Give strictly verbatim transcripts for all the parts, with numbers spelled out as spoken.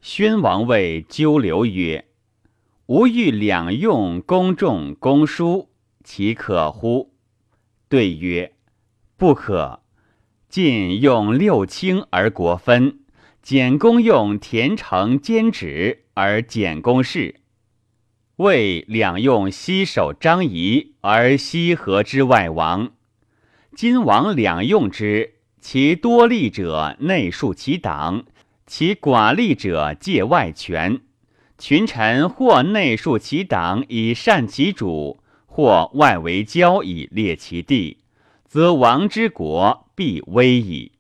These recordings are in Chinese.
宣王谓纠留曰：吾欲两用公仲公叔，其可乎？对曰：不可。晋用六卿而国分，简公用田成兼止而简公事。魏两用西守张仪而西河之外王。今王两用之，其多利者内树其党，其寡利者借外权。群臣或内树其党以善其主，或外为交以列其地，则王之国必危矣。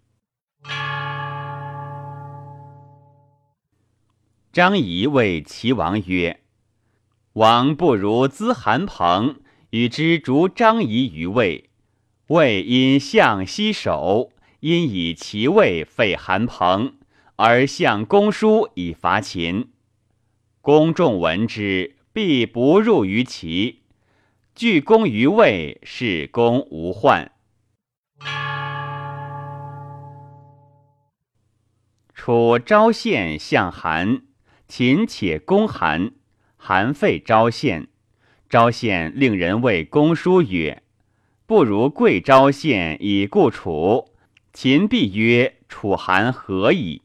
张仪谓齐王曰：王不如资韩彭，与之逐张仪于魏。魏因向西守，因以其魏废韩彭，而向公叔以伐秦。公众闻之，必不入于齐。据公于魏，是公无患。楚昭献向韩，秦且攻韩，韩废昭献。昭献令人谓公叔曰：不如贵昭献以固楚。秦必曰：楚韩何矣？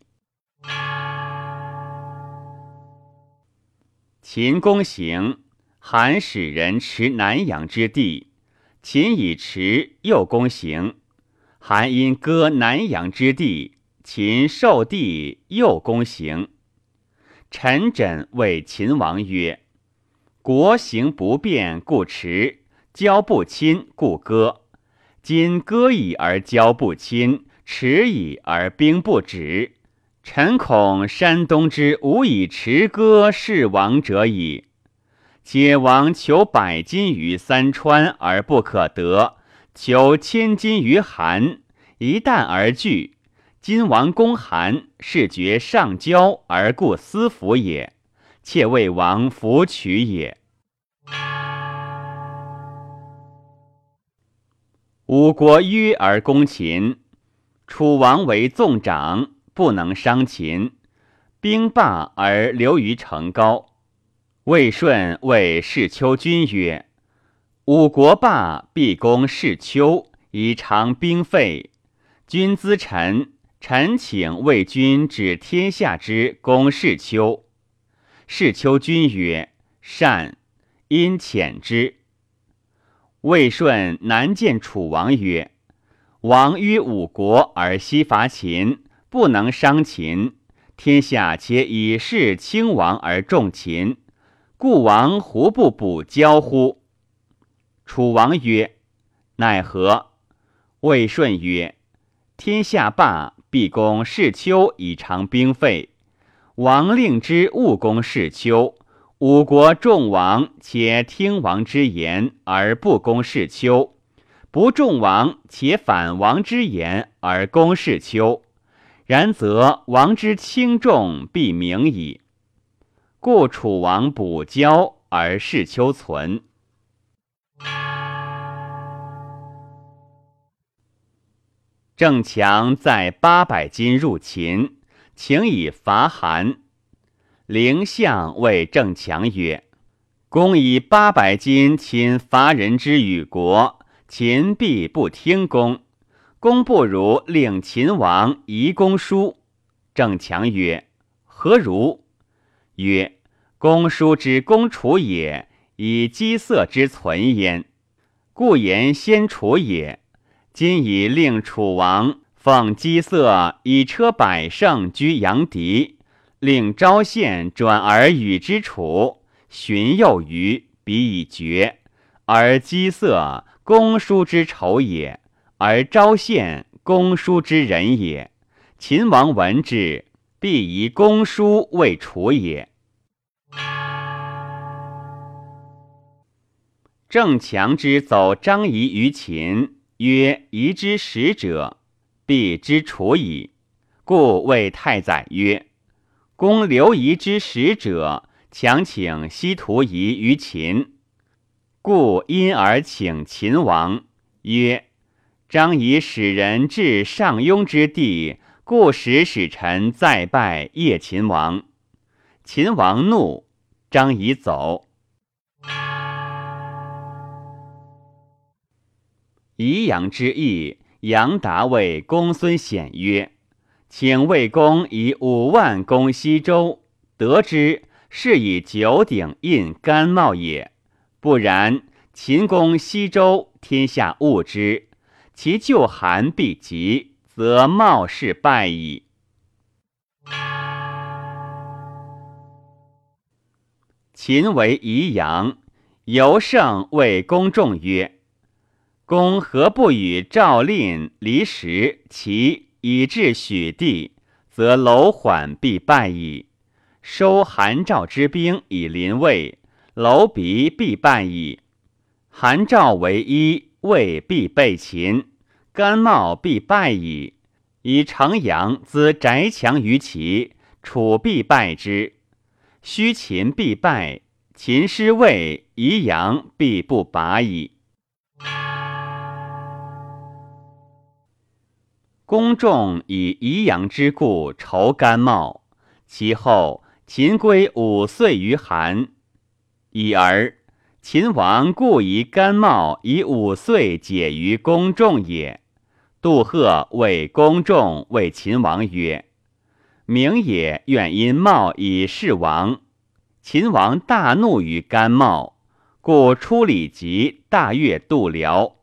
秦公行，韩使人持南阳之地，秦以持，又公行。韩因割南阳之地，秦受地，又公行。陈轸谓秦王曰：国行不变故持，交不亲故割。今割矣而交不亲，持矣而兵不止。臣恐山东之无以持割事王者矣。且王求百金于三川而不可得，求千金于韩，一旦而拒。今王攻韩，是绝上交而故私服也，妾为王服取也。五国约而攻秦，楚王为纵长，不能伤秦，兵罢而留于成高。魏顺谓士丘君曰：五国罢，必攻士丘，以偿兵费。君咨臣，臣请魏君指天下之攻士丘。士丘君曰：善，因遣之。魏顺南见楚王曰：王约五国而西伐秦，不能伤秦，天下且以事轻王而重秦，故王胡不补交乎？楚王曰：奈何？魏顺曰：天下罢，必攻士丘以偿兵费。王令之勿攻士丘，五国众王且听王之言而不攻士丘，不众王且反王之言而攻士丘，然则王之轻重必明矣。故楚王补交而士丘存。郑强在八百金入秦，请以伐韩。凌相谓郑强曰：公以八百金侵伐人之与国，秦必不听公。公不如令秦王移公叔。郑强曰：何如？曰：公叔之公楚也，以姬色之存焉，故言先楚也。今以令楚王奉姬色以车百乘居阳翟，令昭献转而与之楚，荀攸于，彼以绝。而姬色公叔之仇也，而昭献公叔之仁也。秦王闻之，必以公叔为楚也。郑强之走张仪于秦，曰：夷之使者，必之楚矣。故谓太宰曰：公刘夷之使者，强请西屠夷于秦。故因而请秦王，曰：张仪使人至上庸之地，故使使臣再拜谒秦王。 秦王怒，张仪走。宜阳之役，杨达谓公孙显曰：请魏公以五万攻西周，得之，是以九鼎印干茂也。不然，秦攻西周，天下恶之，其救韩必急，则茂氏败矣。秦为宜阳，尤胜谓公仲曰：公何不与赵蔺、离石、齐以至许地，则楼缓必败矣。收韩赵之兵以临魏，楼鼻必败矣。韩赵为一，魏必被秦，干茂必败矣。以城阳资翟强于齐，楚必败之。须秦必败，秦失魏，宜阳必不拔矣。公仲以宜阳之故仇干茂，其后秦归五岁于韩。已而秦王故以干茂以五岁解于公仲也。杜赫谓公仲谓秦王曰：明也愿因茂以事王。秦王大怒于干茂，故出礼疾，大悦度辽。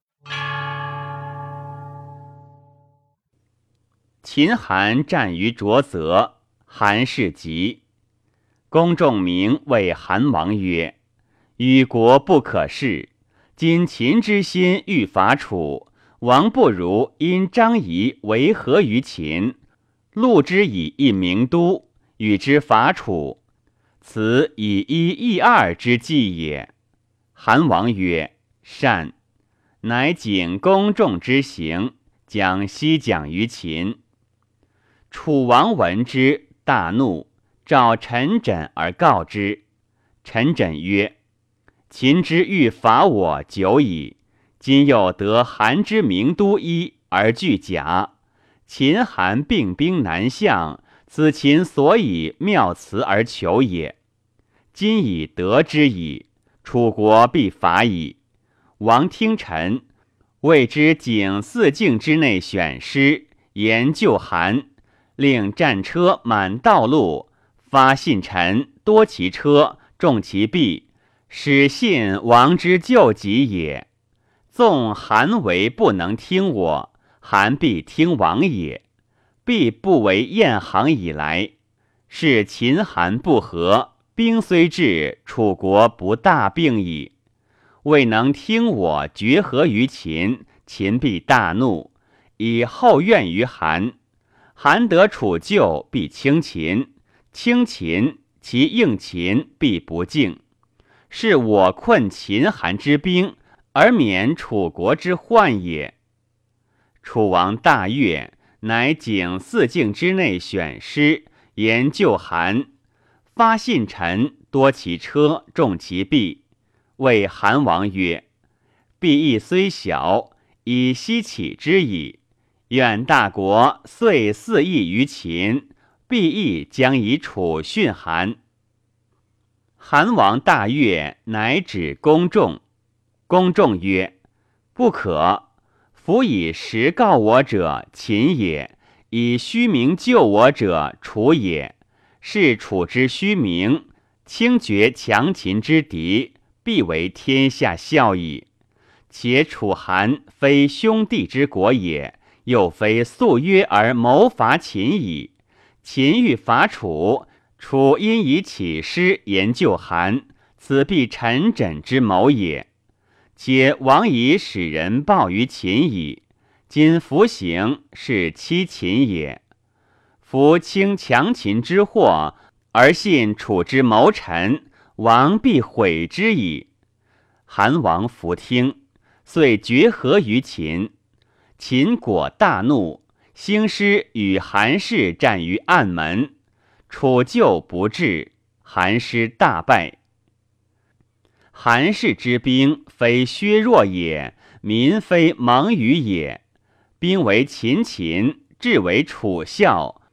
秦韩战于浊泽，韩氏急。公仲明谓韩王曰：与国不可恃，今秦之心欲伐楚，王不如因张仪为和于秦，录之以一名都，与之伐楚，此以一易二之计也。韩王曰：善。乃谨公仲之行，将西讲于秦。楚王闻之，大怒，召陈轸而告之。陈轸曰：秦之欲伐我久矣，今又得韩之名都一而拒甲，秦韩并兵南向，此秦所以妙辞而求也。今已得之矣，楚国必伐矣。王听臣，谓之景四境之内选师，言救韩，令战车满道路，发信臣，多其车，重其币，使信王之救急也。纵韩为不能听我，韩必听王也，必不为晏行以来。是秦韩不和，兵虽至，楚国不大病矣。未能听我决和于秦，秦必大怒，以后怨于韩。韩得楚救，必轻秦；轻秦，其应秦必不敬。是我困秦韩之兵，而免楚国之患也。楚王大悦，乃景四境之内选师，言救韩，发信臣，多其车，重其币。谓韩王曰：币邑虽小，以西起之矣。愿大国遂四邑于秦，币邑将以楚训韩。韩王大悦，乃止公仲。公仲曰：不可。夫以实告我者，秦也；以虚名救我者，楚也。是楚之虚名，轻绝强秦之敌，必为天下笑矣。且楚韩非兄弟之国也，又非素约而谋伐秦矣。秦欲伐楚，楚因以起师言救韩，此必陈轸之谋也。且王以使人报于秦矣，今服行，是欺秦也。夫轻强秦之祸，而信楚之谋臣，王必悔之矣。韩王弗听，遂决和于秦。秦果大怒，兴师与韩氏战于暗门，楚救不至，韩师大败。韩氏之兵，非削弱也，民非蒙语也。兵为秦秦，志为楚效，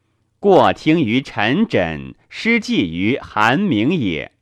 过听于陈轸，失计于韩明也。